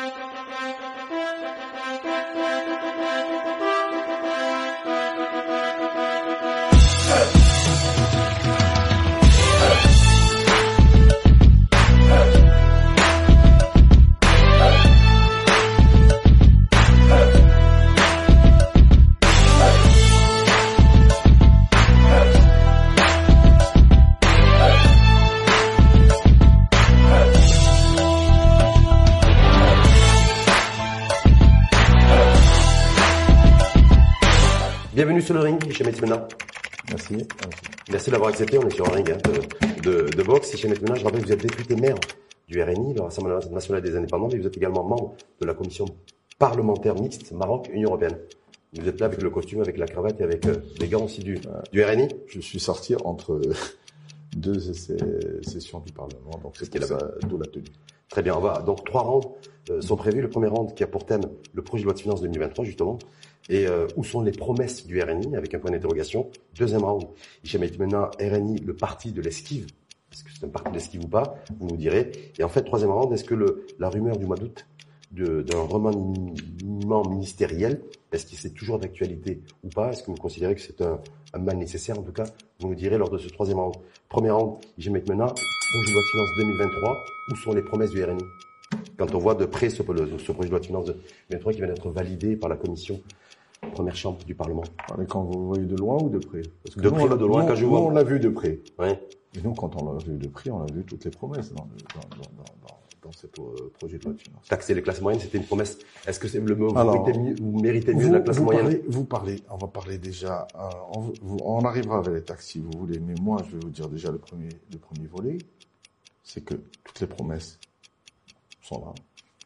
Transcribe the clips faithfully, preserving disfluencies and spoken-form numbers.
Bienvenue sur le ring, Hicham Etmena. Merci. Merci d'avoir accepté, on est sur un ring hein, de, de, de boxe. Hicham Etmena, je rappelle que vous êtes député maire du R N I, le Rassemblement National des Indépendants, mais vous êtes également membre de la commission parlementaire mixte Maroc-Union Européenne. Vous êtes là avec le costume, avec la cravate et avec euh, les gants aussi du, du R N I. Je suis sorti entre deux sessions du Parlement, donc c'est pour ça, d'où la tenue. Très bien, on va. Donc trois rounds euh, sont prévus. Le premier round qui a pour thème le projet de loi de finances deux mille vingt-trois, justement. Et euh, où sont les promesses du R N I, avec un point d'interrogation. Deuxième round, Hicham Etmena, R N I, le parti de l'esquive. Est-ce que c'est un parti de l'esquive ou pas? Vous nous direz. Et en fait, troisième round, est-ce que le, la rumeur du mois d'août d'un remaniement ministériel, est-ce que c'est toujours d'actualité ou pas? Est-ce que vous considérez que c'est un, un mal nécessaire? En tout cas, vous nous direz lors de ce troisième round. Premier round, Hicham Etmena, projet de loi de finances deux mille vingt-trois, où sont les promesses du R N I? Quand on voit de près ce, ce projet de loi de finances deux mille vingt-trois qui vient d'être validé par la commission première chambre du Parlement. Mais quand vous voyez de loin ou de près? Parce que de près ou de loin, nous, quand je nous, vois. on l'a vu de près. Oui. Et nous, quand on l'a vu de près, on a vu toutes les promesses dans, le, dans, dans, dans, dans, dans ce euh, projet de loi de finances. Taxer les classes moyennes, c'était une promesse. Est-ce que c'est le vous, Alors, méritez mieux, vous méritez mieux vous, de la classe vous moyenne? Parlez, vous parlez, on va parler déjà, euh, on, vous, on arrivera avec les taxes si vous voulez, mais moi, je vais vous dire déjà le premier, le premier volet, c'est que toutes les promesses sont là.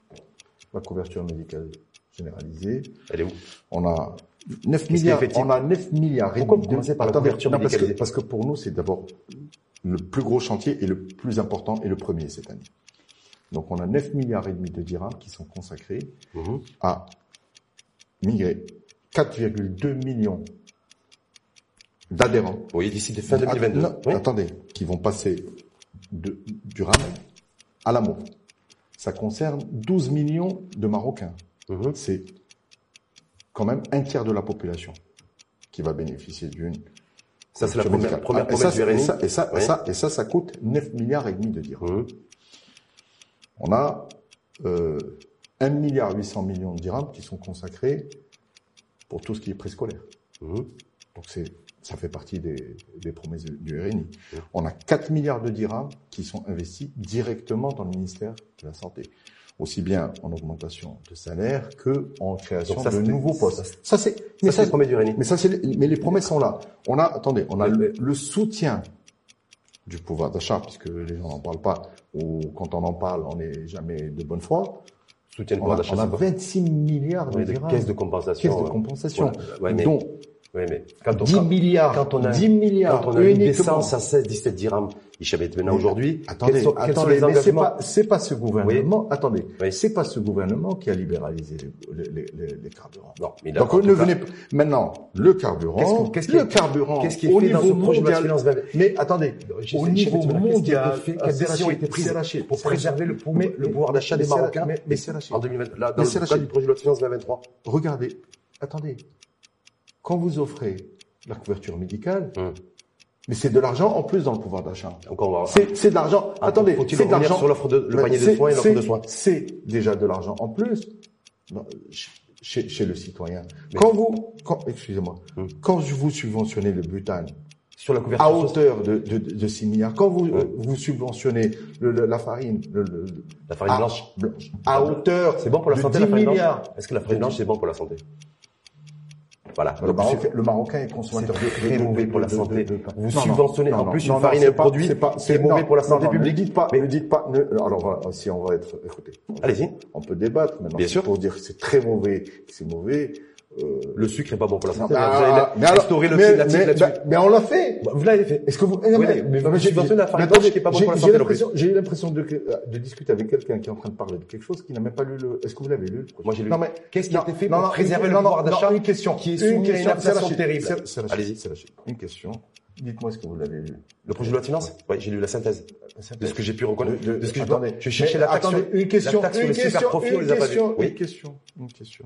La couverture médicale généralisée. Elle est où? On a neuf milliards, on a neuf milliards. Pourquoi vous commencez par la couverture parce médicalisée? que, parce que pour nous, c'est d'abord le plus gros chantier et le plus important et le premier cette année. Donc, on a neuf milliards et demi de dirhams qui sont consacrés mmh. à migrer quatre virgule deux millions d'adhérents. Oui, d'ici fin deux mille vingt-deux. Non, oui. Attendez, qui vont passer de, du RAM à l'amour. Ça concerne douze millions de Marocains. Mmh. C'est quand même un tiers de la population qui va bénéficier d'une. Ça, c'est la première, première promesse ah, du R N I. Et ça, et ça, oui. et ça, et ça, ça coûte neuf milliards et demi de dirhams. Mmh. On a euh, un milliard huit cents millions de dirhams qui sont consacrés pour tout ce qui est préscolaire. Mmh. Donc c'est, ça fait partie des, des promesses du R N I. Mmh. On a quatre milliards de dirhams qui sont investis directement dans le ministère de la Santé. Aussi bien en augmentation de salaire que en création ça, de nouveaux postes. Ça, c'est, mais ça, c'est les promesses du R N I. Mais ça, c'est, mais les promesses sont là. On a, attendez, on a le, le soutien du pouvoir d'achat, puisque les gens n'en parlent pas, ou quand on en parle, on n'est jamais de bonne foi. Soutien du pouvoir d'achat. On a vingt-six milliards de, oui, de caisses de compensation. Caisses de compensation. Ouais, ouais, mais, dont ouais, mais quand on, dix milliards. Quand on a, dix milliards. Quand on a une essence à seize, dix-sept dirhams, Hicham Etmena aujourd'hui. Attendez, quels sont, attendez, quels sont les mais c'est engagements? pas, c'est pas ce gouvernement, oui. attendez, oui. c'est pas ce gouvernement qui a libéralisé les, les, les, les carburants. Non, mais donc ne venez pas. Maintenant, le carburant, qu'est-ce qu le carburant, qu'est-ce qui est fait dans ce projet de loi de finances? Mais attendez, au niveau mondial, quelle décision a été prise pour préserver le pouvoir d'achat des Marocains? Mais c'est lâché. En deux mille vingt, là, dans le cadre du projet de loi de finances deux mille vingt-trois. Regardez, attendez, quand vous offrez la couverture médicale, mais c'est de l'argent en plus dans le pouvoir d'achat. C'est de l'argent. Ah, attendez, c'est de l'argent sur l'offre de le panier de soins et l'offre de soins. C'est déjà de l'argent en plus chez, chez le citoyen. Mais quand vous, quand, excusez-moi, hum. quand vous subventionnez le butane sur la couverture à hauteur de, de, de six milliards, quand vous hum. vous subventionnez le, le, la farine, le, le, la farine à, blanche, blanche, à hauteur, c'est bon pour la santé. La farine milliards. Est-ce que la farine blanche c'est bon pour la santé? Voilà. Le, Maroc, le Marocain est consommateur de très mauvais pour la santé. De, de, de, vous non, subventionnez non, en plus non, une farine et un produit qui est mauvais pour la santé non, publique. Ne dites pas, mais ne dites pas. Ne, alors voilà, si on va être, écoutez. Allez-y. On peut débattre maintenant. Bien sûr. Pour dire que c'est très mauvais, que c'est mauvais. Euh, le sucre est pas bon pour la santé. Non, vous bah, avez instauré le mais, l'article mais, là-dessus. bah, mais on l'a fait. Vous l'avez fait. Est-ce que vous, oui, non, mais, mais vous subventionnez la farine blanche qui est pas bon pour la santé. J'ai l'impression, j'ai eu l'impression de, de discuter avec quelqu'un qui est en train de parler de quelque chose qui n'a même pas lu le, est-ce que vous l'avez lu? Moi, j'ai lu. Non, mais, qu'est-ce qui a été fait non, pour non, préserver une, le pouvoir d'achat? Une question. Qui est soumis à une inflation terrible. Allez-y. Une question. Dites-moi, est-ce que vous l'avez lu? Le projet de loi de finances? Oui, j'ai lu la synthèse. De ce que j'ai pu reconnaître. De, de ce que attendez, je, je cherchais la taxe. Attendez, une question, la taxe une sur les super profits, on les a pas vus. Oui. Une question, une question.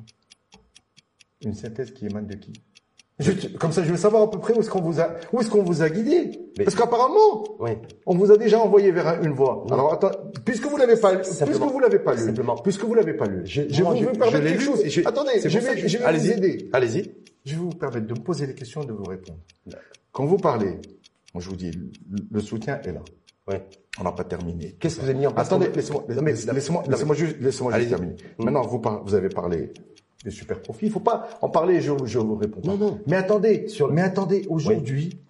Une synthèse qui émane de qui? Juste, comme ça, je veux savoir à peu près où est-ce qu'on vous a, où est-ce qu'on vous a guidé. Mais, parce qu'apparemment, oui. on vous a déjà envoyé vers une voie. Oui. Alors, attends, puisque vous l'avez pas, puisque vous l'avez pas lu, simplement. puisque vous l'avez pas lu, je, je moi, vous veux permettre quelque chose. Je, attendez, je vais, je vais vous aider. Allez-y. Je vais vous permettre de me poser les questions et de vous répondre. Quand vous parlez, moi, je vous dis, le soutien est là. Oui. On n'a pas terminé. Qu'est-ce que vous avez mis en place? Attendez, laissez-moi, laissez-moi, laissez-moi juste, laissez-moi juste terminer. Maintenant, vous parlez, vous avez parlé des super profits. Il faut pas en parler, je, je vous réponds pas. Non, non. Mais attendez, sur, mais attendez, aujourd'hui, oui.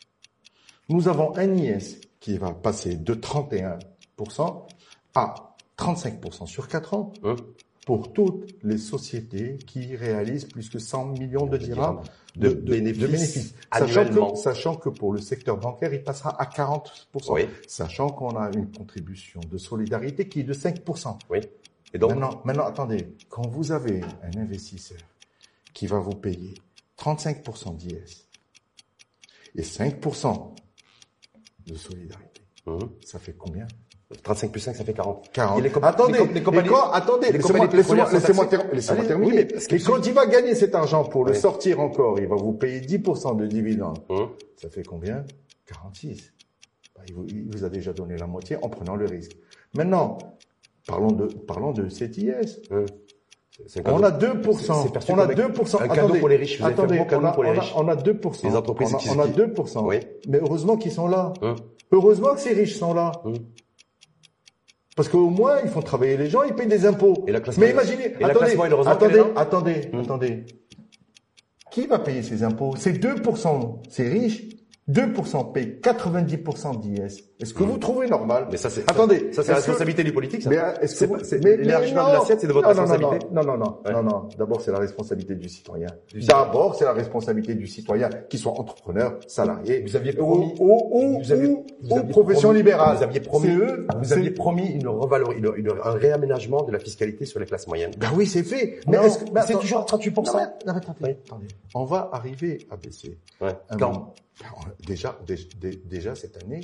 nous avons un I S qui va passer de trente et un pour cent à trente-cinq pour cent sur quatre ans hein? pour toutes les sociétés qui réalisent plus que cent millions de dirhams de, de, de bénéfices, de bénéfices. Annuellement. Sachant que, sachant que pour le secteur bancaire, il passera à quarante pour cent. Oui. Sachant qu'on a une contribution de solidarité qui est de cinq pour cent. Oui. Et donc, maintenant, maintenant, attendez, quand vous avez un investisseur qui va vous payer trente-cinq pour cent d'I S et cinq pour cent de solidarité, mmh. ça fait combien? trente-cinq plus cinq, ça fait quarante. quarante. Et les attendez, les, les compagnies, quand, attendez, laissez-moi, laissez-moi, laissez-moi, ter laissez-moi terminer. Oui, mais, et quand il va gagner cet argent pour oui. le sortir encore, il va vous payer dix pour cent de dividendes. Mmh. Ça fait combien? quarante-six. Bah, il, vous, il vous a déjà donné la moitié en prenant le risque. Maintenant, Parlons de, parlons de cet I S. Mmh. On a deux pour cent. On a deux pour cent. Un cadeau attendez, pour les riches. Vous attendez, avez fait un on, a, pour les on, riches. A, on a deux pour cent. Les entreprises on a, qui, on a qui... deux pour cent. Oui. Mais heureusement qu'ils sont là. Mmh. Heureusement que ces riches sont là. Mmh. Parce qu'au moins, ils font travailler les gens, ils payent des impôts. Et la classe Mais imaginez, et attendez, la attendez, attendez, mmh. attendez. Qui va payer ces impôts? C'est deux pour cent, ces riches. deux pour cent payent quatre-vingt-dix pour cent d'I S. Est-ce que mmh. vous trouvez normal? Mais ça, c'est, attendez. Ça, c'est la responsabilité que... du politique, ça. Mais, est-ce que c'est, mais, l'élargissement de l'assiette, c'est de votre non, responsabilité? Non, non, non, non, ouais. non, non. D'abord, c'est la responsabilité du citoyen. Du D'abord, c'est la responsabilité du citoyen, qu'il soit entrepreneur, salarié. Vous aviez promis, ou, ou, vous aviez, ou, vous ou profession promis, libérale. Vous aviez promis, eux, vous aviez promis une revalorisation, une, une, un réaménagement de la fiscalité sur les classes moyennes. Ben oui, c'est fait. Mais, est-ce que, mais c'est toujours à trente-huit pour cent. Non, mais, non, mais attendez, attendez. On va arriver à baisser. Ouais. Quand? Déjà, déjà cette année,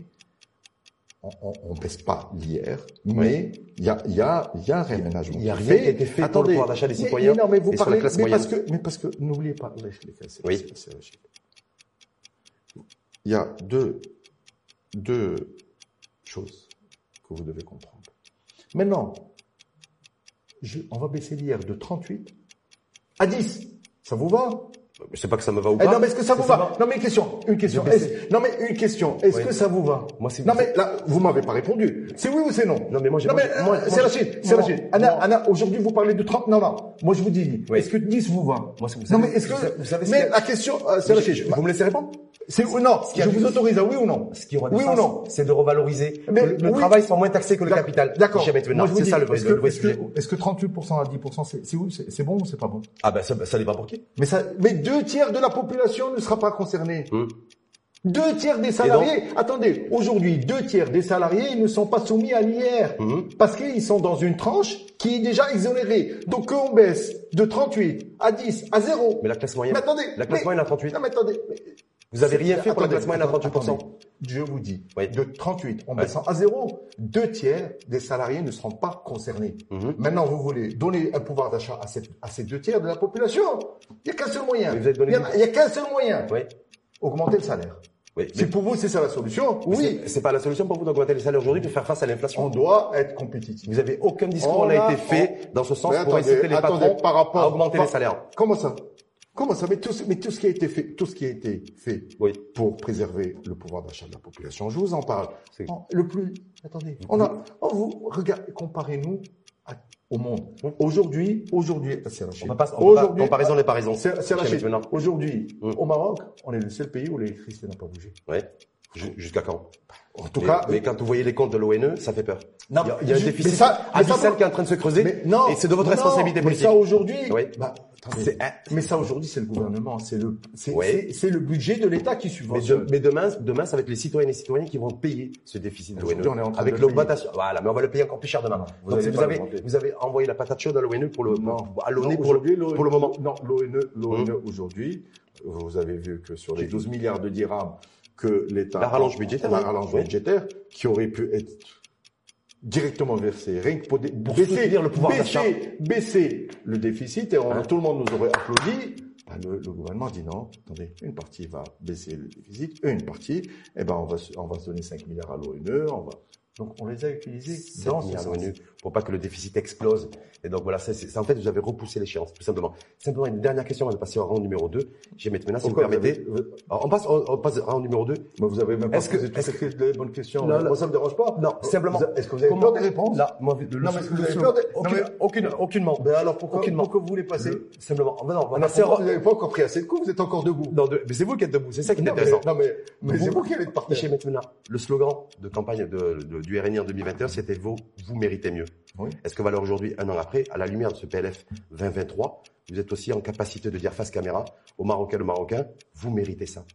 on ne baisse pas l'I R, mais il y a, y a, y a un réaménagement. Il n'y a rien qui a été fait attendez, pour le pouvoir d'achat des citoyens. Mais, mais non, mais vous et parlez, sur la classe mais moyenne. parce que, mais parce que, n'oubliez pas, c'est, oui. c'est, c'est, il y a deux, deux choses que vous devez comprendre. Maintenant, je, on va baisser l'I R de trente-huit à dix. Ça vous va? Je sais pas que ça me va ou eh pas. non, mais est-ce que ça vous va, va Non, mais une question, une question. Non, mais une question. Est-ce oui. que ça vous va Moi, c'est. Non, mais là, vous m'avez pas répondu. C'est oui ou c'est non Non, mais moi, j'ai. Non, mais moi, c'est Rachid, c'est Rachid. Anna, Anna, aujourd'hui, vous parlez de trente. Non, non. Moi, je vous dis. Oui. Est-ce que dix vous va Moi, c'est vous. Non, mais est-ce que vous savez Mais la question, c'est Rachid. Vous me laissez répondre? C'est non. Je vous autorise à oui ou non? Ce qui aura du oui sens, ou non? C'est de revaloriser. Le, le oui. travail soit moins taxé que le capital. D'accord. Moi, c'est ça le vrai, le vrai sujet. Est-ce que trente-huit pour cent à dix pour cent, c'est c'est c'est bon ou c'est pas bon? Ah ben ça, ça dépend pour qui. Mais ça, mais deux tiers de la population ne sera pas concernée. Hum. Deux tiers des salariés. Donc, attendez, aujourd'hui, deux tiers des salariés ne sont pas soumis à l'I R hum. parce qu'ils sont dans une tranche qui est déjà exonérée. Donc qu'on baisse de trente-huit à dix à zéro. Mais la classe moyenne. Mais attendez, la classe mais, moyenne à trente-huit. Non mais attendez. Mais, vous avez rien fait pour la classe moyenne à trente-huit pour cent. Je vous dis, oui. de trente-huit en ouais. baissant à zéro, deux tiers des salariés ne seront pas concernés. Mm-hmm. Maintenant, vous voulez donner un pouvoir d'achat à, à ces deux tiers de la population. Il n'y a qu'un seul moyen. Il n'y a, a qu'un seul moyen. Oui. Augmenter le salaire. Oui, si pour vous, c'est ça la solution, oui. C'est pas la solution pour vous d'augmenter les salaires aujourd'hui pour faire face à l'inflation. On doit être compétitif. Vous avez aucun discours n'a été fait on... dans ce sens mais pour attendez, inciter les attendez, patrons par rapport, à augmenter par... les salaires. Comment ça? Comment ça? Mais tout, mais tout ce qui a été fait, tout ce qui a été fait oui. pour préserver le pouvoir d'achat de la population, je vous en parle. Oh, le plus, attendez, on a, oh, vous regardez, comparez-nous à, au monde. Aujourd'hui, aujourd'hui, c'est on peut pas, on peut pas, comparaison n'est pas raison. C'est, c'est aujourd'hui, mmh. au Maroc, on est le seul pays où l'électricité n'a pas bougé. Ouais. Jusqu'à quand? En tout mais, cas, mais quand vous voyez les comptes de l'O N E, ça fait peur. Non, il y a, il y a un je, déficit ça, abyssal qui est en train de se creuser. Mais non, et c'est de votre non, responsabilité mais politique. ça aujourd'hui, oui. bah, C'est, mais ça aujourd'hui c'est le gouvernement, c'est le c'est, ouais. c'est, c'est le budget de l'État qui subventionne. Mais, de, mais demain demain ça va être les citoyennes et citoyens qui vont payer ce déficit de l'O N E avec l'augmentation. Voilà, mais on va le payer encore plus cher demain. Non, vous, Donc avez, vous avez vous avez envoyé la patate chaude à l'O N E pour le non, à l'O N E pour, le, pour le moment. Non, l'O N E l'O N E hum. aujourd'hui, vous avez vu que sur les douze milliards de dirhams que l'État la rallonge budgétaire, la rallonge oui. budgétaire qui aurait pu être directement versé, rien que pour, dé- pour baisser, le pouvoir d'achat. baisser, baisser le déficit et on, hein? tout le monde nous aurait applaudi. Ben le, le gouvernement dit non, attendez, une partie va baisser le déficit, une partie, eh ben on va, on va se donner cinq milliards à l'O N E, on va. Donc on les a utilisés dans ce sens pour pas que le déficit explose. Et donc voilà, c'est, c'est, en fait vous avez repoussé l'échéance, tout simplement. Simplement une dernière question avant de passer au round numéro deux. Je vais mettre maintenant, si vous permettez. Avez... Alors, on passe, on, on passe au round numéro deux. Mais vous avez même pas est-ce que, est-ce que les bonnes questions. Là, là, moi ça me dérange pas. Non, simplement. Vous, est-ce que vous avez peur des réponses? Là, moi, le, non, mais est-ce que vous avez peur des... aucune, non, mais, aucune, aucunement. Ben alors pourquoi, pourquoi vous voulez passer? Le, simplement. Ben non, on va passer. Vous n'avez pas encore pris assez de coups, vous êtes encore debout. Non, de, mais c'est vous qui êtes debout, c'est ça qui est non, intéressant. Mais, non mais, mais c'est vous qui allez partir. Chez maintenant, le slogan de campagne de, de, du R N I en deux mille vingt et un, c'était vous, vous méritez mieux. Oui. Est-ce que valeur aujourd'hui, un an après, à la lumière de ce P L F vingt vingt-trois, vous êtes aussi en capacité de dire face caméra aux Marocains, le Marocain, vous méritez ça?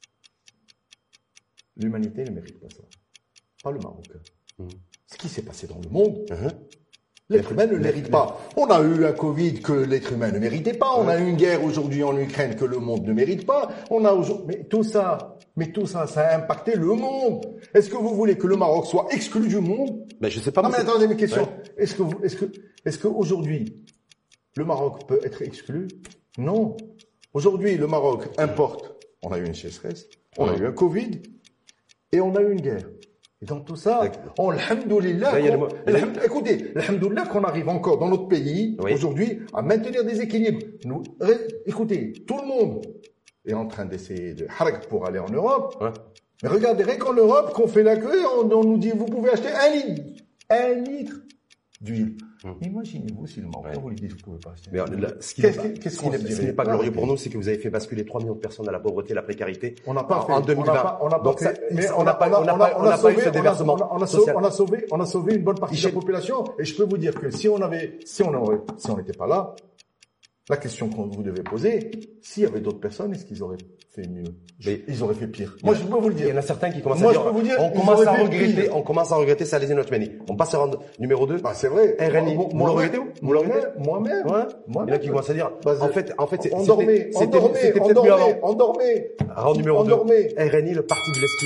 L'humanité ne mérite pas ça. Pas le Marocain. Mmh. Ce qui s'est passé dans le monde, mmh. l'être humain ne le mérite pas. On a eu un Covid que l'être humain ne méritait pas. On mmh. a eu une guerre aujourd'hui en Ukraine que le monde ne mérite pas. On a aujourd'hui, mais tout ça, mais tout ça, ça a impacté le monde. Est-ce que vous voulez que le Maroc soit exclu du monde? Ben, je sais pas. Non, mais attendez, mes questions. Ouais. Est-ce que vous, est-ce que, est-ce que aujourd'hui, le Maroc peut être exclu? Non. Aujourd'hui, le Maroc importe. On a eu une sécheresse, on a eu un Covid, et on a eu une guerre. Et dans tout ça, on, alhamdoulilah, qu'on, alham, écoutez, alhamdoulilah qu'on arrive encore dans notre pays, oui. aujourd'hui, à maintenir des équilibres. Nous, écoutez, tout le monde est en train d'essayer de harak pour aller en Europe. Ouais. Mais regardez, rien qu'en Europe, qu'on fait la queue, on, on nous dit, vous pouvez acheter un litre, un litre d'huile. Hum. Imaginez-vous si le Maroc, ouais. vous lui dites, vous pouvez pas acheter. Mais là, ce qui n'est pas, qu'est-ce qui n'est, ce qui n'est pas glorieux pour nous, c'est que vous avez fait basculer trois millions de personnes à la pauvreté, à la précarité. On n'a pas en, fait. En deux mille vingt. On n'a pas, on n'a pas Donc fait. Ça, mais on n'a pas, on n'a pas, on n'a pas eu ce déversement. On a sauvé, on a sauvé, on a sauvé une bonne partie de la population. Et je peux vous dire que si on avait, si on aurait, si on n'était pas là, la question qu'on vous devez poser, s'il y avait d'autres personnes, est-ce qu'ils auraient fait mieux? Mais ils auraient fait pire. Moi, je peux vous le dire. Il y en a certains qui commencent Moi, à dire, je peux vous dire, on commence à regretter, on commence à regretter ça, les notre manie. On passe au numéro deux. Bah, c'est vrai. R N I. Vous le regrettez où? Vous le regrettez? Moi-même. Ouais. Il y en a qui commencent à dire, en fait, en fait, on dormait, on dormait, c'était peut-être mieux avant. On dormait. Round numéro deux. R N I, le parti de l'esquive.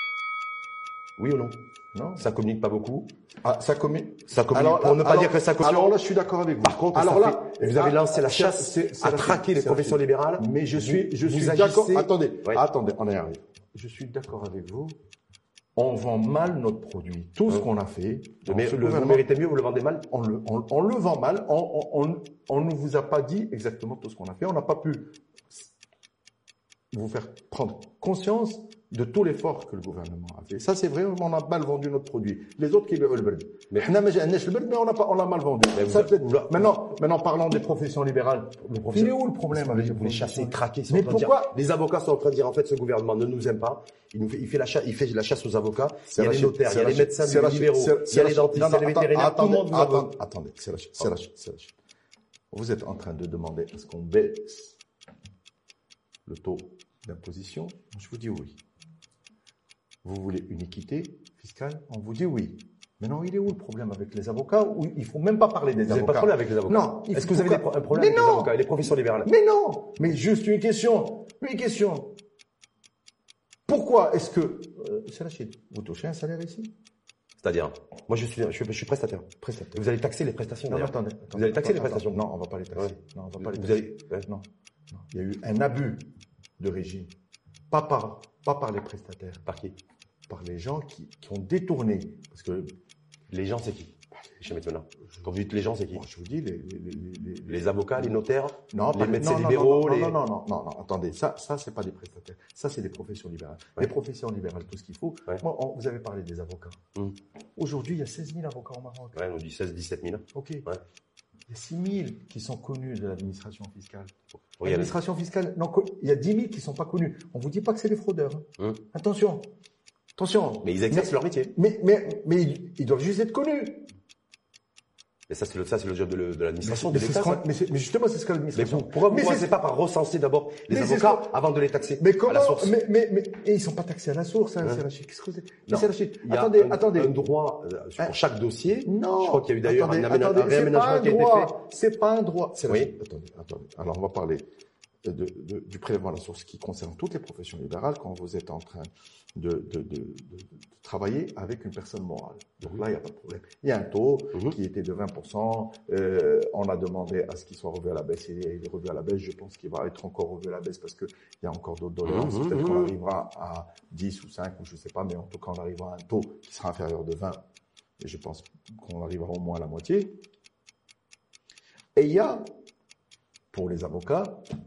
Oui ou non? Non. Ça communique pas beaucoup. Ah, ça communique. Ça communique. Alors, pour ne pas alors, dire que ça cautionne. Alors là, je suis d'accord avec vous. Par contre, alors là, fait, vous avez ah, lancé la chasse c'est, c'est à traquer les professions libérales. Mais je suis, je suis d'accord. Attendez, ouais. attendez, on est arrivé. Je suis d'accord avec vous. On vend mal notre produit. Tout ce ouais. qu'on a fait. Mais le, vous méritez mieux, vous le vendez mal? On le, on, on le vend mal. On, on, on, on ne vous a pas dit exactement tout ce qu'on a fait. On n'a pas pu vous faire prendre conscience de tout l'effort que le gouvernement a fait. Ça, c'est vrai, on a mal vendu notre produit. Les autres qui veulent le berd. Mais on a pas, on l'a mal vendu. Ça, peut-être, maintenant, maintenant, parlons des professions libérales. Il est où le problème avec vous les chassez, craquer, mais pourquoi? Dire, les avocats sont en train de dire, en fait, ce gouvernement ne nous aime pas. Il nous fait, il fait la chasse, il fait la chasse aux avocats. Il y a les notaires, il y a les médecins, il y a les libéraux, il y a les dentistes, il y a les vétérinaires, tout le monde vous veut. Attendez, c'est la c'est la c'est la Vous êtes en train de demander à ce qu'on baisse le taux d'imposition. Je vous dis oui. Vous voulez une équité fiscale? On vous dit oui. Mais non, il est où le problème avec les avocats? Où il faut même pas parler des vous avocats. Vous n'avez pas de problème avec les avocats? Non. Est-ce que vous avez un problème avec les avocats et les professions libérales? Mais non. Mais juste une question. Une question. Pourquoi est-ce que, euh, c'est la Chine, vous touchez un salaire ici? C'est-à-dire, moi je suis, je suis, je suis prestataire. Prestataire. Vous allez taxer les prestations. Non, attendez, attendez. Vous allez taxer attendez, les prestations. Non, on va pas les taxer. Ouais. Non, on va pas les taxer. Vous allez, ouais. non, non. Il y a eu un abus de régime. Pas par, pas par les prestataires. Par qui? Par les gens qui, qui ont détourné. Parce que les gens, c'est qui? Je maintenant. Quand vous dites les gens, c'est qui? Bon, je vous dis les, les, les, les, les avocats, les notaires, non, les médecins non, libéraux. Non, les... non, non, non, non, non, attendez, ça, ça, c'est pas des prestataires. Ça, c'est des professions libérales. Ouais. Les professions libérales, tout ce qu'il faut. Ouais. Moi, on, vous avez parlé des avocats. Mmh. Aujourd'hui, il y a seize mille avocats au Maroc. Ouais, on dit seize, dix-sept mille. Ok. Ouais. Il y a six mille qui sont connus de l'administration fiscale. Oui, l'administration fiscale, non, il y a dix mille qui sont pas connus. On vous dit pas que c'est des fraudeurs. Hein. Mmh. Attention. Attention. Mais ils exercent mais, leur métier. Mais, mais, mais ils, ils doivent juste être connus. Et ça, c'est le, ça, c'est le job de, le, de l'administration, mais, de mais, l'État. ce mais, mais justement, c'est ce que l'administration. Mais pourquoi vous ne commencez pas par recenser d'abord les avocats avant de les taxer mais comment, à la source? Mais, mais, mais, et ils sont pas taxés à la source, hein, hein? c'est Rachid. Qu'est-ce que c'est? Non. C'est Rachid. Il y a attendez, un, attendez. un droit pour hein? chaque dossier. Non. Je crois qu'il y a eu d'ailleurs un, attendez, un réaménagement qui a été fait. C'est pas un droit. C'est oui. Rachid. Attendez, attendez. Alors, on va parler de, de, de, du prélèvement à la source qui concerne toutes les professions libérales quand vous êtes en train de, de, de, de, de travailler avec une personne morale. Donc là, il n'y a pas de problème. Il y a un taux mm-hmm. qui était de vingt pour cent. Euh, on a demandé à ce qu'il soit revu à la baisse. Il est revu à la baisse. Je pense qu'il va être encore revu à la baisse parce qu'il y a encore d'autres doléances. Mm-hmm. Peut-être qu'on arrivera à dix ou cinq ou je ne sais pas, mais en tout cas, on arrivera à un taux qui sera inférieur de vingt. Et je pense qu'on arrivera au moins à la moitié. Et il y a, pour les avocats,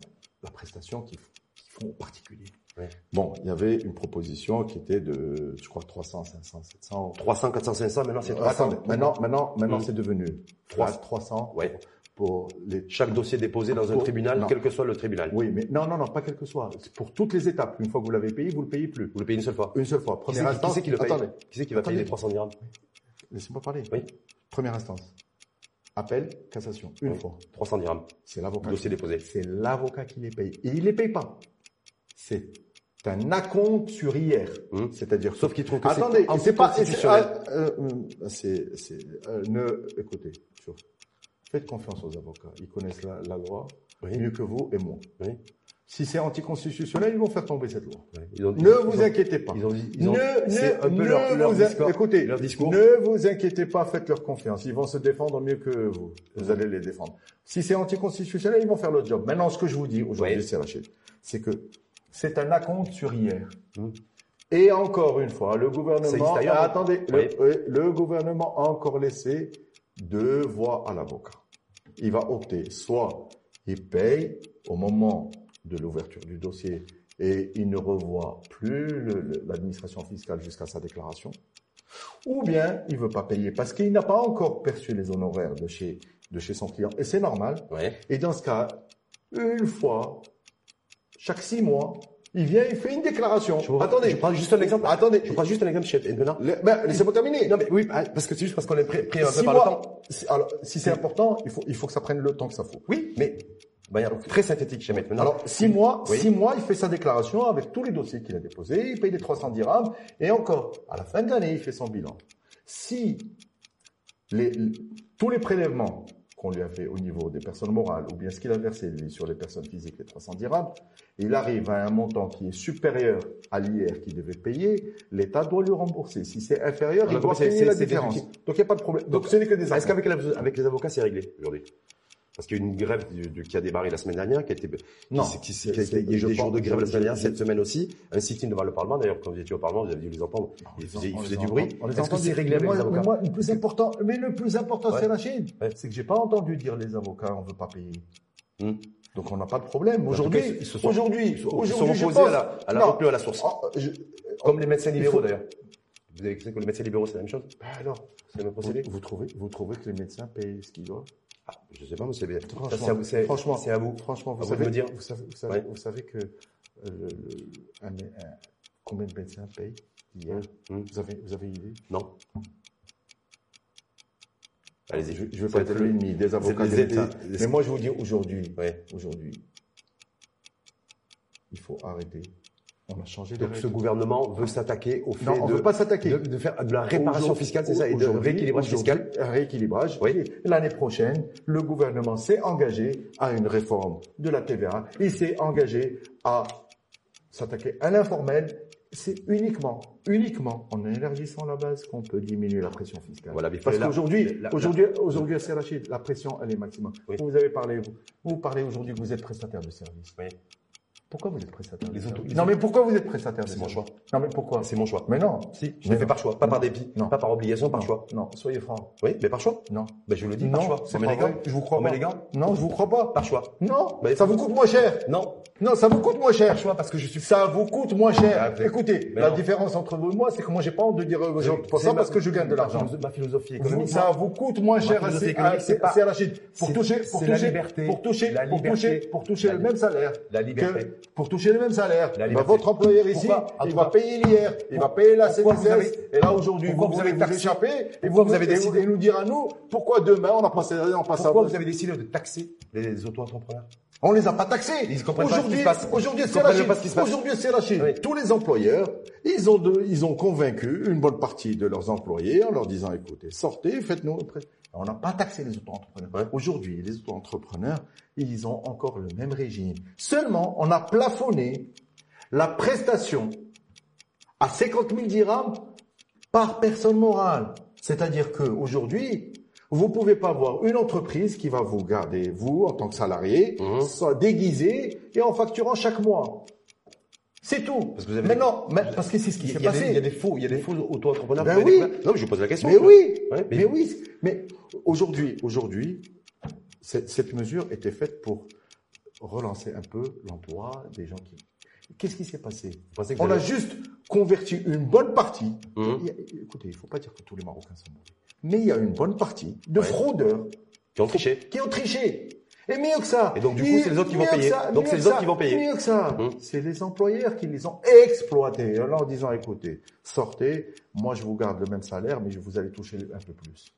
la prestation qu'ils font aux particuliers. Ouais. Bon, il y avait une proposition qui était de, je crois, trois cents, cinq cents, sept cents. trois cents, quatre cents, cinq cents, maintenant c'est trois cents. Attends, maintenant, maintenant, maintenant, mmh. c'est devenu trois cents. Ouais. Pour les... Chaque dossier déposé dans pour... un tribunal, non. quel que soit le tribunal. Oui, mais non, non, non, pas quel que soit. C'est pour toutes les étapes. Une fois que vous l'avez payé, vous le payez plus. Vous le payez une seule fois. Une seule fois. Première qui instance. Qui c'est qui le paye? Attendez. Qui c'est qui va Attendez. payer les trois cents dirhams? Laissez-moi parler. Oui. Première instance. Appel, cassation, une oui. fois. trois cents dirhams. C'est l'avocat. Dossier déposé. C'est l'avocat qui les paye. Et il les paye pas. C'est un acompte sur hier. Hum. C'est-à-dire. Sauf qu'il trouve que attendez, c'est c'est pas constitutionnel. Euh, euh, c'est, c'est, euh, ne, écoutez, sur, faites confiance aux avocats. Ils connaissent la, la loi oui. mieux que vous et moi. Oui. Si c'est anticonstitutionnel, ils vont faire tomber cette loi. Ouais. Ils ont, ne ils vous ont, inquiétez pas. Ils ont, ils ont, ne, c'est ne, un peu leur, leur, vous, discours, écoutez, leur discours. Ne vous inquiétez pas, faites-leur confiance. Ils vont se défendre mieux que vous. Vous allez les défendre. Si c'est anticonstitutionnel, ils vont faire le job. Maintenant, ce que je vous dis aujourd'hui, oui. c'est Rachid, c'est que c'est un acompte sur hier. Hum. Et encore une fois, le gouvernement, ah, attendez, oui. le, le gouvernement a encore laissé deux voies à l'avocat. Il va opter, soit il paye au moment de l'ouverture du dossier et il ne revoit plus le, le, l'administration fiscale jusqu'à sa déclaration, ou bien il veut pas payer parce qu'il n'a pas encore perçu les honoraires de chez, de chez son client. Et c'est normal. Ouais. Et dans ce cas, une fois, chaque six mois, il vient, il fait une déclaration. Je Attendez, je prends juste un exemple. Attendez, je prends juste un exemple, chef. Le, ben, laissez-moi terminer. Non mais oui, parce que c'est juste parce qu'on est pris, pris un peu par mois, le temps. Si, alors, si c'est important, il faut, il faut que ça prenne le temps que ça faut. Oui, mais de manière très synthétique, chez Maître. Alors, six mois, oui. six mois, il fait sa déclaration avec tous les dossiers qu'il a déposés, il paye les trois cents dirhams, et encore, à la fin de l'année, il fait son bilan. Si les, tous les prélèvements qu'on lui a fait au niveau des personnes morales, ou bien ce qu'il a versé, lui, sur les personnes physiques, les trois cents dirhams, il arrive à un montant qui est supérieur à l'I R qu'il devait payer, l'État doit lui rembourser. Si c'est inférieur, il doit payer la différence. Donc, il n'y a pas de problème. Donc, Donc ce n'est que des Est-ce qu'avec avec les avocats, c'est réglé aujourd'hui? Parce qu'il y a eu une grève du, du, qui a démarré la semaine dernière, qui a été, non, qui, qui, qui, qui a été, il y a eu des jours de grève la semaine dernière, cette semaine aussi, un sit-in devant le Parlement. D'ailleurs, quand vous étiez au Parlement, vous avez dû les entendre. Ils faisaient, ils faisaient du bruit. Est-ce que c'est réglé avec les avocats? Moi, le plus important, mais le plus important, ouais. c'est la Chine. Ouais. C'est que j'ai pas entendu dire les avocats, on veut pas payer. Hmm. Donc, on n'a pas de problème. Aujourd'hui, ils se sont, aujourd'hui, ils sont, ils sont opposés à la, à la retenue à la source. Oh, je, Comme les médecins libéraux, faut... d'ailleurs. Vous avez vu que les médecins libéraux, c'est la même chose? Ben alors, c'est le même procédé. Vous, vous trouvez, vous trouvez que les médecins payent ce qu'ils doivent? Ah, je sais pas, mais c'est bien. Franchement, c'est, franchement, c'est à vous. Franchement, vous, à savez, vous de me dire. Vous savez, vous savez, ouais. vous savez que euh, le, un, un, combien de médecins payent hier? Mmh. Vous avez, vous avez une idée? Non. Allez-y. Je, je vais pas être l'ennemi des avocats, des médecins. Mais moi, je vous dis aujourd'hui, ouais. aujourd'hui, il faut arrêter. On a changé de Donc règles. ce gouvernement veut s'attaquer au fait non, on de, veut pas s'attaquer. De, de faire de la réparation fiscale, c'est ça, et de rééquilibrage fiscal. Un rééquilibrage. Oui. L'année prochaine, le gouvernement s'est engagé à une réforme de la T V A. Il s'est engagé à s'attaquer à l'informel. C'est uniquement, uniquement en élargissant la base qu'on peut diminuer la pression fiscale. Voilà, parce qu'aujourd'hui, aujourd'hui, aujourd'hui, à Rachid, la pression, elle est maximum. Oui. Vous avez parlé, vous, vous parlez aujourd'hui que vous êtes prestataire de service. Oui. Pourquoi vous êtes prestataire les de autres, service? Non, mais pourquoi vous êtes prestataire de service? C'est mon choix. Non, mais pourquoi? C'est mon choix. Mais non. Si, je l'ai fait par choix, pas non. par dépit, non. pas par obligation, par non. choix. Non, soyez franc. Oui, mais par choix. Non. Ben, je vous le dis, non, par choix. C'est pas vrai. Je vous crois pas. Non, je vous crois pas. Par choix. Non. Ben, ça vous coûte moins cher. Non. Non, ça vous coûte moins cher. Choix parce que je suis. Ça vous coûte moins cher. Ah, Écoutez, mais la non. différence entre vous et moi, c'est que moi, j'ai pas honte de dire aux gens pour ça parce que je gagne de l'argent. Ma philosophie Vous, économique. ça vous coûte moins cher à, philosophie à, économique, c'est pas- à la Chine. Pour c'est- toucher, pour c'est la toucher, liberté, pour toucher, la pour toucher, liberté, pour toucher la le li- même salaire. la liberté. Que, pour toucher le même salaire. La Bah, liberté. votre employeur ici, Pourquoi En il tout va cas, payer l'I R, il va payer la pourquoi vous C N S S, avez- et là, aujourd'hui, pourquoi vous vous voulez avez vous taxé- échapper, et pourquoi vous, vous avez et- décidé- et nous dire à nous, pourquoi demain, on a passé, on passe à, Pourquoi vous avez décidé de taxer les auto-entrepreneurs? on les a pas taxés. Ils comprennent pas ce qui Aujourd'hui, se passe. aujourd'hui, Ils c'est la comprennent Chine. pas ce qui se passe. Aujourd'hui, c'est la Chine. Oui. Tous les employeurs, ils ont de, ils ont convaincu une bonne partie de leurs employés en leur disant, écoutez, sortez, faites-nous le prêt. On n'a pas taxé les auto-entrepreneurs. Ouais. Aujourd'hui, les auto-entrepreneurs, ils ont encore le même régime. Seulement, on a plafonné la prestation à cinquante mille dirhams par personne morale. C'est-à-dire que aujourd'hui, vous pouvez pas avoir une entreprise qui va vous garder, vous, en tant que salarié, Mhm. soit déguisé et en facturant chaque mois. C'est tout. Parce que vous avez- Maintenant, mais- parce que c'est ce qui Il s'est y, a des- il y a passé. des faux, il y a des faux auto-entrepreneurs. Ben Vous avez oui. découvert. Non, mais je vous pose la question. Mais oui, Ouais, mais, mais- oui. Mais aujourd'hui, aujourd'hui, cette, cette mesure était faite pour relancer un peu l'emploi des gens qui. Qu'est-ce qui s'est passé? Vous pensez que On vous a avez- juste converti une bonne partie. Mhm. Il y a- écoutez, il faut pas dire que tous les Marocains sont mauvais. Mais il y a une bonne partie de Ouais. fraudeurs qui ont triché. qui ont triché. Et mieux que ça. Et donc, du coup, mieux- c'est les autres qui vont mieux que payer. ça, Donc, mieux c'est que les autres ça, qui vont payer. Mieux que ça. Hum. C'est les employeurs qui les ont exploités en leur disant, écoutez, sortez, moi je vous garde le même salaire, mais je vous allez toucher un peu plus.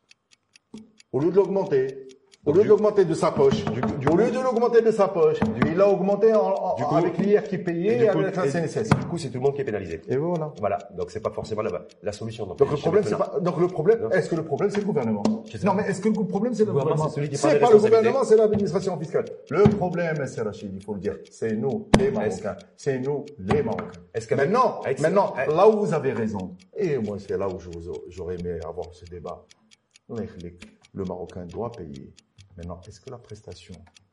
Au lieu de l'augmenter, au Donc, lieu du- de l'augmenter de sa poche, du- du au coup- lieu de l'augmenter de sa poche, il l'a augmenté en, en- Du coup- avec l'I R qui payait Et et, du coup- avec la et- C N S S. et du coup, c'est tout le monde qui est pénalisé. Et voilà. Voilà. Donc, c'est pas forcément la, la solution. Donc le problème, c'est pas, donc le problème, Non. est-ce que le problème, c'est le gouvernement? C'est ça. Non, mais est-ce que le problème, c'est le Le gouvernement, gouvernement? c'est celui qui prend les C'est pas le responsabilités. gouvernement, c'est l'administration fiscale. Le problème, c'est la Chine, il faut le dire. C'est nous, les Marocains. C'est nous, les Marocains. Est-ce qu'avec- Maintenant, avec- maintenant, avec- là où vous avez raison, et moi, c'est là où je vous, j'aurais aimé avoir ce débat. Le Marocain doit payer. Maintenant, est-ce que la prestation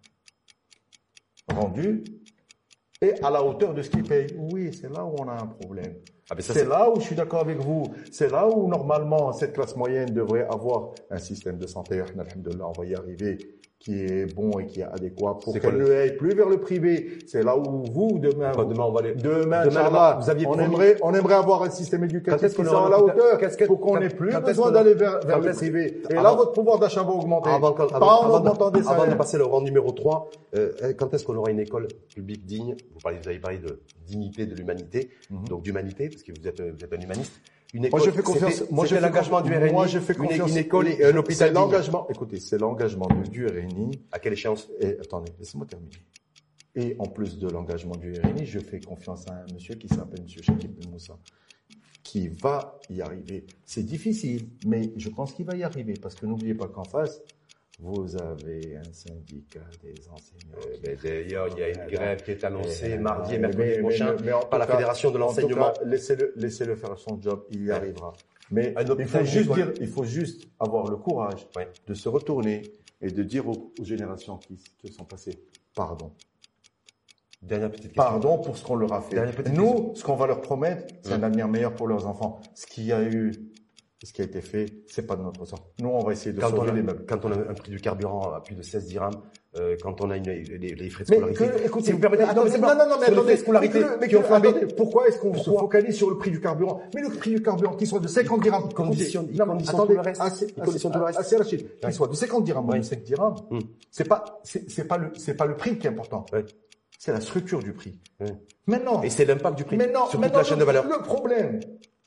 rendue est à la hauteur de ce qu'il paye? Oui, c'est là où on a un problème. Ah, mais ça, C'est c'est là où je suis d'accord avec vous. C'est là où, normalement, cette classe moyenne devrait avoir un système de santé, alhamdoulilah, on va y arriver, qui est bon et qui est adéquat pour C'est qu'elle quoi ne le- aille plus vers le privé. C'est là où vous, demain, Quoi, vous- demain, on va aller- demain, Demain, Inch'Allah, vous aviez on promis- aimerait, on aimerait avoir un système Quand éducatif est-ce qui qu'on soit aura à la l'hôpital- hauteur qu'est-ce que- pour qu'on quand- n'ait plus quand est-ce besoin qu'on d'aller aura- vers, vers quand le est-ce- privé. Et avant- là, votre pouvoir d'achat va augmenter. Avant, quand- Pas avant- en avant de- augmentant des avant de salaires. passer au rang numéro trois, euh, quand est-ce qu'on aura une école publique digne? Vous parlez, vous avez parlé de dignité, de l'humanité, donc d'humanité, parce que vous êtes, vous êtes un humaniste. Une école, Moi, je fais confiance. c'était- Moi, je c'était fais l'engagement confiance- du R N I. Moi, je fais une- confiance. Une école et un hôpital C'est digne. l'engagement. Écoutez, c'est l'engagement du, du R N I. À quelle échéance? Et attendez, laissez-moi terminer. Et en plus de l'engagement du R N I, je fais confiance à un monsieur qui s'appelle Monsieur Chakib Ben Moussa, qui va y arriver. C'est difficile, mais je pense qu'il va y arriver parce que n'oubliez pas qu'en face, vous avez un syndicat des enseignants. Euh, qui- ben, D'ailleurs, il y a une grève qui est annoncée Eh, mardi et mais- mercredi mais- prochain mais- mais en tout par la cas- Fédération de en tout l'enseignement. cas, Laissez-le, laissez-le faire son job, il y Ouais. arrivera. Mais Un hôpital, il faut une juste école. dire, il faut juste avoir le courage Ouais. de se retourner et de dire aux, aux générations qui, qui sont passées, pardon. Dernière petite question. Pardon pour ce qu'on leur a fait. Dernière petite Nous, ce qu'on va leur promettre, c'est un Hum. avenir meilleur pour leurs enfants. Ce qu'il y a eu, ce qui a été fait, c'est pas de notre sort. Nous, on va essayer de Quand on, sauver a, les meubles. quand on a un prix du carburant à plus de seize dirhams, euh, quand on a une, les, les frais de Mais scolarité. que, écoutez, si vous permettez, mais non, mais attendez, c'est non, pas- non, non, mais sur les attendez, frais de scolarité mais que- mais qui ont que- flambé. attendez, pourquoi est-ce qu'on se Pourquoi focalise sur le prix du carburant? Mais le prix du carburant, qu'il soit de cinquante dirhams, Il conditionne- écoutez, il non, mais conditionne attendez, tout le reste. assez- Il conditionne tout le reste. assez Rachid, qu'il Ouais. soit de cinquante dirhams ou Ouais. de cinq dirhams, Hum. c'est pas, c'est c'est pas le, c'est pas le prix qui est important. Ouais. C'est la structure du prix. Ouais. Maintenant, Et c'est l'impact du prix maintenant, sur toute maintenant, la chaîne de le- valeur. Le problème,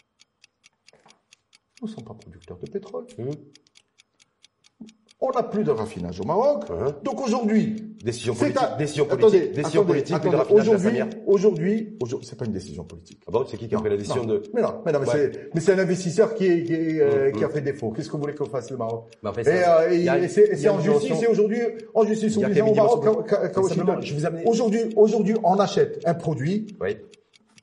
nous ne sommes pas producteurs de pétrole. Hum. On n'a plus de raffinage au Maroc. Hein. Donc aujourd'hui, Décision c'est politique, un- décision attendez, politique, décision attendez, politique de attendez, raffinage de la aujourd'hui, Samière. aujourd'hui, aujourd'hui, c'est pas une décision politique. Ah bon, c'est qui qui a Non, pris la décision non. de... Mais non, mais non, mais Ouais. c'est, mais c'est un investisseur qui, est, qui, est, euh, Hum, qui a hum. fait défaut. Qu'est-ce que vous voulez qu'on fasse le Maroc? Mais après, Et, ça, euh, et, il y a- et c'est, et il y c'est a en une justice, dimension- c'est aujourd'hui, en justice, Il y a on qu'il y a disant une au Maroc dimension- qu'à- qu'à- qu'à Simplement, Washington. je vous amène- Aujourd'hui, aujourd'hui, on achète un produit Oui.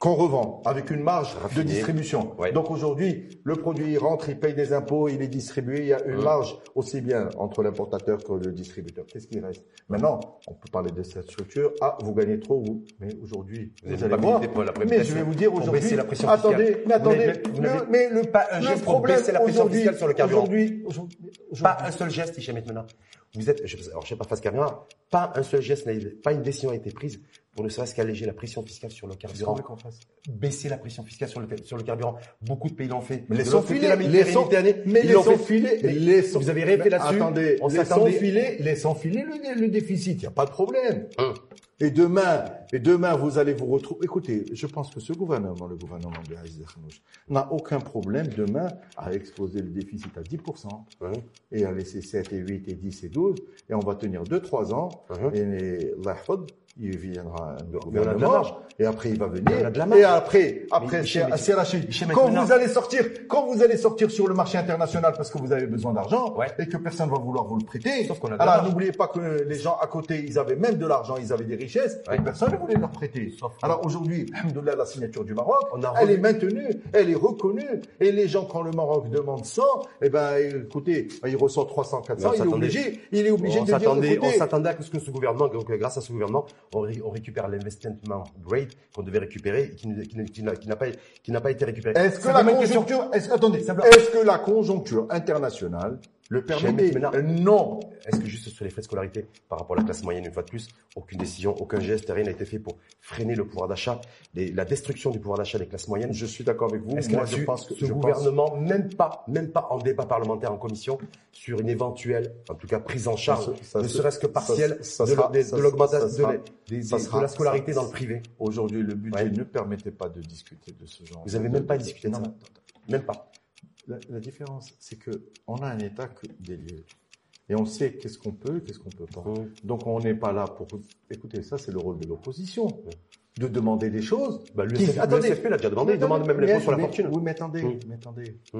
qu'on revend avec une marge Raffiné. de distribution. Ouais. Donc aujourd'hui, le produit il rentre, il paye des impôts, il est distribué, il y a une Mmh. marge aussi bien entre l'importateur que le distributeur. Qu'est-ce qui reste? Maintenant, on peut parler de cette structure. Ah, vous gagnez trop, vous. Mais aujourd'hui, Vous vous, avez allez pas voir. milité pour la Mais privatisation, je vais vous dire pour aujourd'hui. baisser la pression attendez, fiscale. mais attendez. Vous n'avez- vous le- n'avez mais le, pas un le geste pour problème baisser la pression aujourd'hui, fiscale sur le carburant. aujourd'hui, aujourd'hui, Pas un seul geste, Hichem Etmena. Vous êtes, je, alors je sais pas face caméra, pas un seul geste, n'a- pas une décision a été prise pour ne serait-ce qu'alléger la pression fiscale sur le carburant. qu'on fasse. Baisser la pression fiscale sur le, sur le carburant. Beaucoup de pays l'ont fait. Mais De laissons l'autre côté, filer, la laissons, Méditerranée, mais ils l'ont laissons fait. filer, Mais laissons- vous avez rien fait mais là-dessus. Attendez, On laissons s'attendait- filer, laissons filer le, le déficit, il n'y a pas de problème. Hum. Et demain, et demain, vous allez vous retrouver. Écoutez, je pense que ce gouvernement, le gouvernement de Aziz Khanouch, n'a aucun problème demain à exposer le déficit à dix pour cent Hum. et à laisser sept et huit et dix et douze, et on va tenir deux trois ans, Hum. et les, Allah yahfad, il viendra un Mais on a de la gouvernement, marge. et après il va venir, Mais on a de la marge. et après, après, Mais c'est Hichem, c'est la chute. Hichem, Quand maintenant- vous allez sortir, quand vous allez sortir sur le marché international parce que vous avez besoin d'argent, Ouais. et que personne va vouloir vous le prêter, Sauf qu'on a de la alors marge. n'oubliez pas que les gens à côté, ils avaient même de l'argent, ils avaient des richesses, Ouais. et personne ne voulait leur prêter. Sauf que- Alors aujourd'hui, alhamdoulilah, la signature du Maroc, On a elle revu- est maintenue, elle est reconnue, et les gens, quand le Maroc demande cent, eh ben, écoutez, il ressort trois cents, quatre cents, Mais on il est s'attendait- obligé, il est obligé On de dire, s'attendait, on écoutez, s'attendait à ce que ce gouvernement, donc euh, grâce à ce gouvernement, on, ré- on récupère l'investment grade qu'on devait récupérer et qui, ne- qui, ne- qui n'a qui n'a pas, qui n'a pas été récupéré. est-ce que la Simplement une question. conjoncture, est-ce, attendez, Simplement- est-ce que la conjoncture internationale le permet? Jamais. Euh, Non. Est-ce que juste sur les frais de scolarité, par rapport à la classe moyenne, une fois de plus, aucune décision, aucun geste, rien n'a été fait pour freiner le pouvoir d'achat, les- la destruction du pouvoir d'achat des classes moyennes? Je suis d'accord avec vous. Est-ce que Moi, là-dessus, je pense que ce je pense- gouvernement, même pas, même pas en débat parlementaire en commission, sur une éventuelle, en tout cas prise en charge, Ça se- ça ne se- serait-ce que partielle, ça- ça de, sera- de- ça- de l'augmentation ça sera- de, des- ça des- sera- de la scolarité ça- dans le privé. Aujourd'hui, le budget Ouais. ne permettait pas de discuter de ce genre. Vous avez de- même pas de- discuté de non, ça. mais- Même pas. La, la différence, c'est que on a un État que des lieux. Et on sait qu'est-ce qu'on peut, qu'est-ce qu'on peut pas. Mmh. Donc on n'est pas là pour... Écoutez, ça c'est le rôle de l'opposition. De demander des choses. Bah, le qui- S F P, attendez. le S F P l'a déjà demandé, il Mais demande même mais- l'impôt sur la mais- fortune. Oui, mais attendez, Mmh. mais attendez. Mmh.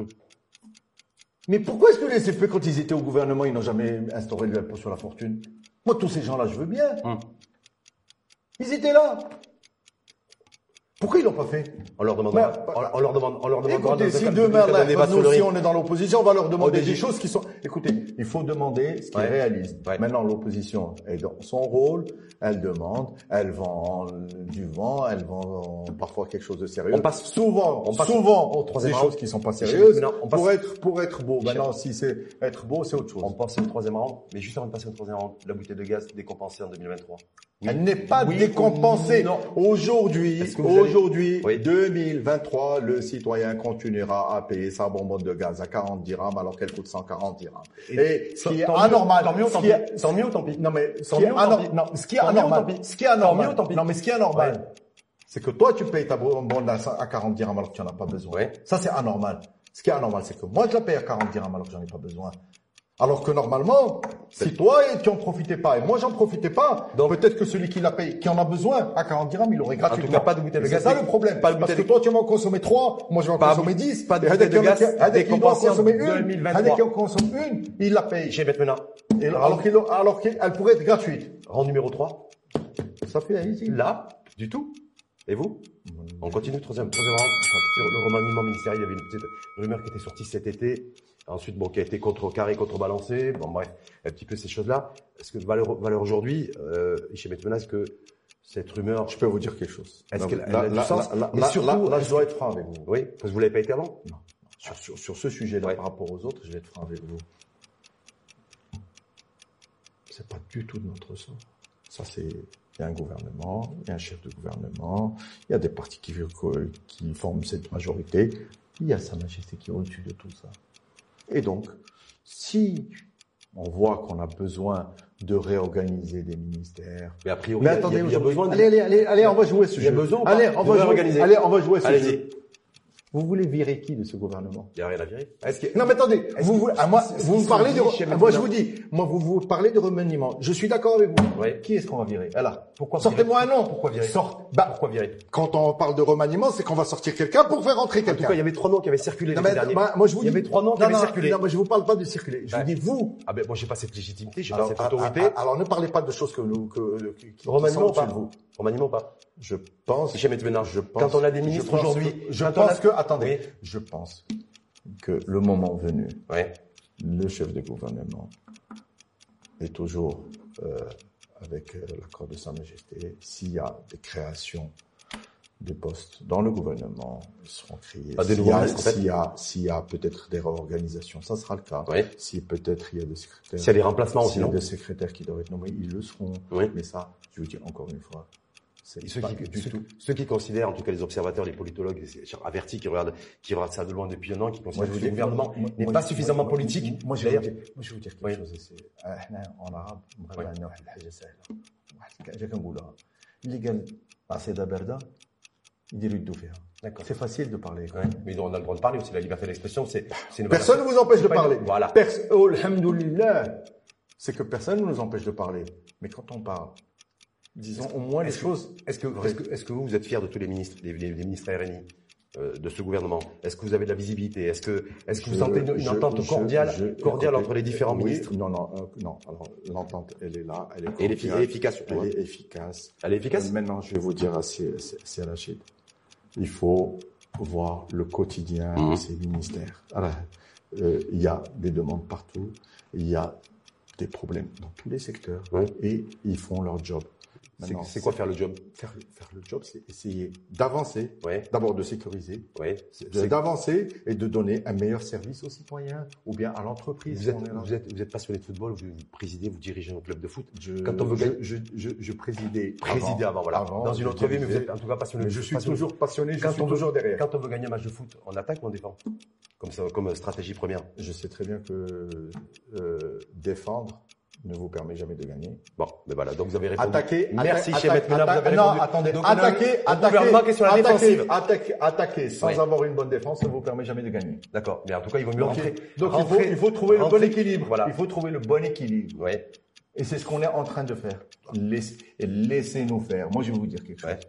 Mais pourquoi est-ce que les S F P, quand ils étaient au gouvernement, ils n'ont jamais instauré l'impôt sur la fortune? Moi, tous ces gens-là, je veux bien. Mmh. Ils étaient là. Pourquoi ils l'ont pas fait? On leur demandera, Mais- on, on leur demande, on leur demandera Écoutez, dans un si cadre- demain, dans un là, débat nous sur le aussi, rythme. on est dans l'opposition, on va leur demander O D G. des choses qui sont... Écoutez, il faut demander ce qui Ouais. est réaliste. Ouais. Maintenant, l'opposition est dans son rôle, elle demande, elle vend du vent, elle vend parfois quelque chose de sérieux. On passe- souvent, on passe souvent, au des troisième choses round. qui sont pas Michel, sérieuses, maintenant, on passe- pour être, pour être beau. Michel. Maintenant, si c'est être beau, c'est autre chose. On passe au troisième round, mais juste avant de passer au troisième round, la bouteille de gaz décompensée en deux mille vingt-trois. Oui. Elle n'est pas Oui décompensée. ou non? Aujourd'hui, Est-ce que vous allez- aujourd'hui, Oui. deux mille vingt-trois, le citoyen continuera à payer sa bonbonne de gaz à quarante dirhams alors qu'elle coûte cent quarante dirhams. Et, ce qui est tant mieux, anormal, tant mieux, ce tant qui pis. est- Tant mieux, tant pis. non mais ce Tant qui est mieux, tant anor- pis. non, ce qui est Tant mieux, anormal, tant pis. ce qui est anormal, Tant mieux, tant pis. non mais ce qui est anormal, Ouais. c'est que toi tu payes ta bonbonne à à quarante dirhams alors que tu n'en as pas besoin. Ouais. Ça c'est anormal. Ce qui est anormal, c'est que moi je la paye à quarante dirhams alors que j'en ai pas besoin. Alors que normalement, si toi tu en profitais pas et moi j'en profitais pas, Donc- peut-être que celui qui la paye, qui en a besoin, à quarante dirhams, il aurait gratuitement. cas, pas de bouteille de Et gaz C'est ça dé- le problème. pas de Parce que bouteille de- toi tu vas en consommer trois, moi je vais en Pas consommer bou- dix. pas de Et bouteille de Hadek, gaz il en a- Hadek, il doit en décompensée en consommer deux mille une. vingt-trois. Hadek, il en consomme une, il la paye. Chez maintenant. Et alors qu'il, alors qu'elle pourrait être gratuite. Round numéro trois. Ça fait ici. Là, du tout. Et vous? On continue, troisième, troisième round. Sur le remaniement ministériel, il y avait une petite rumeur qui était sortie cet été. Ensuite, bon, qui a été contre-carré, contrebalancée. Bon, bref, un petit peu ces choses-là. Est-ce que valeur, valeur aujourd'hui, euh, chez Metmena, est-ce que cette rumeur, Je peux vous dire quelque chose. Est-ce Là, qu'elle- elle là, a du là, sens là, Mais là, surtout, là, là, est-ce je dois que- être franc avec vous. oui, parce que vous l'avez pas été avant? Non. Sur, sur, sur ce sujet-là, Ouais. par rapport aux autres, je vais être franc avec vous. C'est pas du tout de notre sort. Ça, c'est, il y a un gouvernement, il y a un chef de gouvernement, il y a des partis qui, qui forment cette majorité, il y a Sa Majesté qui est au-dessus de tout ça. Et donc, si on voit qu'on a besoin de réorganiser des ministères. Mais a priori, Mais il y a- attendez, il y a aujourd'hui- besoin de... allez, allez, allez, allez, on va jouer ce Il y a jeu. besoin ou pas allez, on de va jouer, réorganiser allez, on va jouer ce Allez-y. jeu. Vous voulez virer qui de ce gouvernement? Il n'y a rien à virer. Est-ce que... Non, mais attendez, vous, vous, à moi, vous me parlez de, re... moi, je vous dis, moi, vous, vous parlez de remaniement. Je suis d'accord avec vous. Oui. Qui est-ce qu'on va virer? Là. Pourquoi Sortez-moi un nom. Pourquoi virer? Sort... Bah, Pourquoi virer? Quand on parle de remaniement, c'est qu'on va sortir quelqu'un pour faire rentrer En tout quelqu'un. cas, il y avait trois noms qui avaient circulé Non, l'été mais, dernier. bah, moi, je vous il y dis... avait trois noms qui non, avaient non, circulé. Non, moi, je vous parle pas de circuler. Je Ouais. vous dis vous. Ah ben, moi, j'ai pas cette légitimité, j'ai pas Alors, cette à- autorité. à- alors, ne parlez pas de choses que nous, que, qui, qui Remaniement sont ou pas? au-dessus de vous. Remaniement ou pas? Je pense. Hichem Etmena, Je pense. quand on a des je ministres pense aujourd'hui, que- Je quand pense on a- que, attendez. Oui. Je pense que le moment venu, Ouais. le chef de gouvernement est toujours euh, avec euh, l'accord de Sa Majesté. S'il y a des créations de postes dans le gouvernement, ils seront créés. Pas des S'il nouveaux y a, ministres, en fait. s'il y a, s'il y a peut-être des réorganisations, ça sera le cas. Oui. Si peut-être il y a des secrétaires. S'il y a des remplacements aussi, s'il y a non? des secrétaires qui doivent être nommés, ils le seront. Oui. Mais ça, je vous dis encore une fois, c'est Ceux pas qui, du ceux, tout. ceux qui considèrent, en tout cas les observateurs, les politologues, les avertis qui regardent, qui regardent ça de loin depuis un an, qui considèrent que ce gouvernement moi, n'est moi, pas moi, suffisamment moi, politique. Moi, je vais vous D'ailleurs, dire, moi, je vais vous dire quelque Oui. chose. C'est, احنا en arabe, نبغي عندنا واحد الحاجة سهلة. واحد الحاجة كنقولها. اللي قال عصيدة باردة يديروا يدوا فيها. D'accord. C'est facile de parler. Ouais. Mais on a le droit de parler aussi, la liberté d'expression, c'est, c'est une Personne ne valeur. vous empêche de Pas parler. une- Voilà. Pers- oh, alhamdoulilah. C'est que personne ne nous empêche de parler. Mais quand on parle, disons au moins les Est-ce que- choses. Est-ce que, est-ce que, est-ce que vous, vous êtes fiers de tous les ministres, les, les, les ministres R N I, euh, de ce gouvernement? Est-ce que vous avez de la visibilité? Est-ce que, est-ce que vous Je- sentez une, une je- entente je- cordiale, je- cordiale écoutez, entre les différents oui, ministres? Non, non, euh, non. Alors, l'entente, elle est là. Elle est Et elle est, cordiale, elle est efficace, surtout, Elle hein. est efficace. Elle est efficace? Euh, Maintenant, je vais vous dire à c'est Rachid. Il faut voir le quotidien Mhm. de ces ministères. Alors, euh, il y a des demandes partout. Il y a des problèmes dans tous les secteurs. Ouais. Et ils font leur job. C'est, Maintenant, c'est quoi faire le job? faire, faire le job, c'est essayer d'avancer, Ouais, d'abord de sécuriser, ouais. de- C'est- d'avancer et de donner un meilleur service aux citoyens ou bien à l'entreprise. Vous êtes, On est là. vous êtes, vous êtes passionné de football, vous, vous présidez, vous dirigez un club de foot. Je, Quand on veut je, gagner- je, je, je présidais Présidé avant, voilà. avant, Dans une je autre vie, mais vous dirigeais. êtes en tout cas passionné. Mais je suis passionné. toujours passionné, je Quand suis on veut- toujours derrière. Quand on veut gagner un match de foot, on attaque ou on défend? Comme ça, comme stratégie première. Je sais très bien que euh, défendre ne vous permet jamais de gagner. Bon, mais voilà, donc vous avez répondu. Attaquer, Merci, atta- chez attaque- Maître Ménard, vous attaque- avez non, répondu. attendez, Donc, on a attaquer, un attaquer, gouvernement qui est sur la attaquer, défensive. attaquer, attaquer sans Oui. avoir une bonne défense ne vous permet jamais de gagner. D'accord, mais en tout cas, il vaut mieux Donc, rentrer. donc il, rentrer- faut, il faut trouver rentrer- le bon équilibre. Voilà. Il faut trouver le bon équilibre. Ouais, Et c'est ce qu'on est en train de faire. Laisse- et Laissez-nous faire. Moi, je vais vous dire quelque chose. ouais.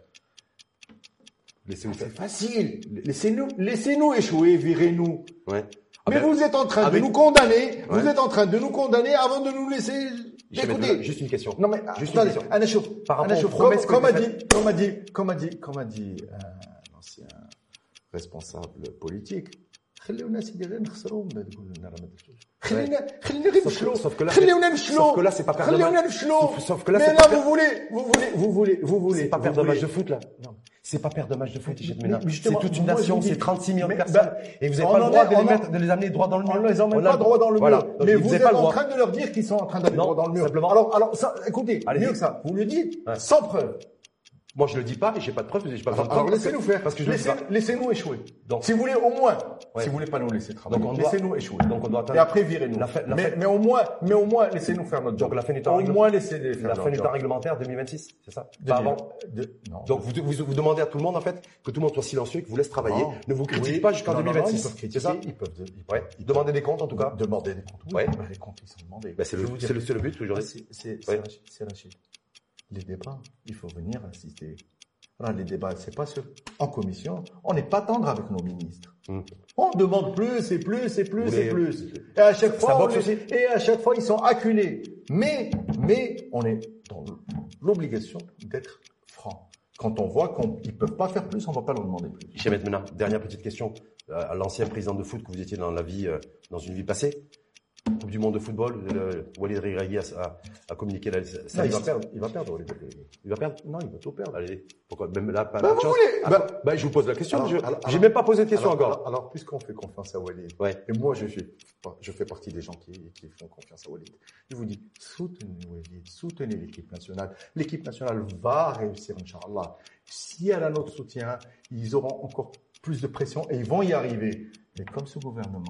Laissez-vous faire. C'est facile. Laissez-nous, laissez-nous échouer, virez-nous. Ouais. Ah Mais ben, vous êtes en train ah de ben- nous condamner. Ouais. Vous êtes en train de nous condamner avant de nous laisser chez Maître écouter. Ménard, juste une question. Non mais Juste une attendez, question. Anna Chouf, Par rapport Anna aux Chouf, promesses comme, que comme a vous dit, comme a dit, comme a dit, comme a dit un ancien responsable politique. خليونا سيدي غير نخسروا من هذا كل النهار ما درتوش. خلينا خلينا غير Sauf que- نفشلوا sauf que là, خليونا sauf نفشلوا que là, c'est pas perdre de خليونا match. نفشلوا Sauf- sauf que là, mais c'est là pas vous voulez vous voulez vous voulez vous voulez C'est pas vous perdre un voulez- match de foot, là. Non. C'est pas perdre un match de foot, Hichem Mais- Ménard. mais C'est justement, toute une moi, je nation, vous dis- c'est trente-six millions de mais- personnes. ben, Et vous on n'avez pas le en droit est- de les, on en- mettre, de les amener droit dans le mur. On ne les emmène On a pas droit dans le voilà. mur. Donc, Mais ils vous faisaient êtes pas le en droit. train de leur dire qu'ils sont en train d'aller Non, droit dans le mur. simplement. Alors, alors, ça, écoutez, Allez-y. mieux que ça, vous le dites, Ouais. sans preuve. Moi, je le dis pas et j'ai pas de preuves, j'ai pas besoin de Alors, preuves. laissez-nous faire. Parce que je le dis Laissez- pas. Laissez-nous échouer. Donc- si vous voulez, au moins, Ouais. si vous voulez pas nous laisser travailler, Donc, on doit- laissez-nous échouer. donc, on doit attendre- Et après, virez-nous. La fin- la mais, fin- mais au moins, mais au moins, laissez-nous faire notre job. Donc, la fin du temps Au réglementaire- moins, laissez-les faire La leur fin du job. temps réglementaire deux mille vingt-six, c'est ça? De- Pas avant. de- non. Donc, vous, vous, vous demandez à tout le monde, en fait, que tout le monde soit silencieux, que vous laisse travailler. Non. Ne vous critique Oui. pas jusqu'en Non, non, non, deux mille vingt-six. ils peuvent critiquer, C'est ça? ils peuvent, ils Ouais. peuvent- ils Demander peuvent- des comptes, en tout cas. Demander des comptes. Oui, Ouais. bah, les comptes, ils sont demandés. Ben, c'est Je le, vais vous c'est dire- le, c'est le but Ah, aujourd'hui. c'est- C'est Ouais. c'est Rachid, c'est Rachid. Les débats, il faut venir assister. Alors, les débats, c'est pas sur, en commission, on n'est pas tendre avec nos ministres. Hmm. On demande plus et plus et plus Vous et les- plus. Et à chaque fois, Ça on boxe les- aussi et à chaque fois, ils sont acculés. Mais, mais, on est dans l'obligation d'être franc. Quand on voit qu'ils ne peuvent pas faire plus, on ne va pas leur demander plus. Hichem Etmena, dernière petite question euh, à l'ancien président de foot que vous étiez dans la vie, euh, dans une vie passée. Coupe du monde de football, le, Walid Regragui a, a, a communiqué la, sa Non, il va liste. perdre, il va perdre, Olivier. Il va perdre? Non, il va tout perdre. Allez, pourquoi même là, pas Bah, de vous chance. voulez, Ah, bah- bah, je vous pose la question. Alors, je alors, j'ai alors- même pas posé de question alors, encore. Alors, alors, puisqu'on fait confiance à Walid, Ouais. et moi je fais, je fais partie des gens qui, qui font confiance à Walid, je vous dis, soutenez Walid, soutenez l'équipe nationale. L'équipe nationale va réussir, Inch'Allah. Si elle a notre soutien, ils auront encore plus de pression et ils vont y arriver. Mais comme ce gouvernement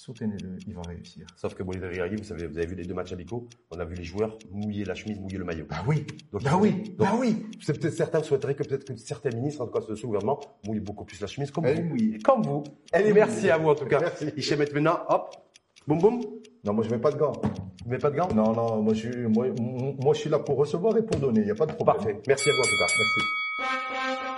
soutenez-le, il va réussir. Sauf que Bolide Riali, vous savez, vous avez vu les deux matchs amicaux, on a vu les joueurs mouiller la chemise, mouiller le maillot. Bah oui, Donc, bah oui, donc, bah oui. C'est peut-être certains souhaiteraient que peut-être que certains ministres, en tout cas de ce gouvernement, mouillent beaucoup plus la chemise comme Elle vous. est mouillée. Comme vous. Elle est Merci mouillée. à vous en tout cas. Merci. Hichem maintenant, hop, boum boum. Non, moi je mets pas de gants. Vous mettez pas de gants? Non, non, moi je, suis, moi, moi je suis là pour recevoir et pour donner, il n'y a pas de problème. Parfait. Merci à vous en tout cas. Merci.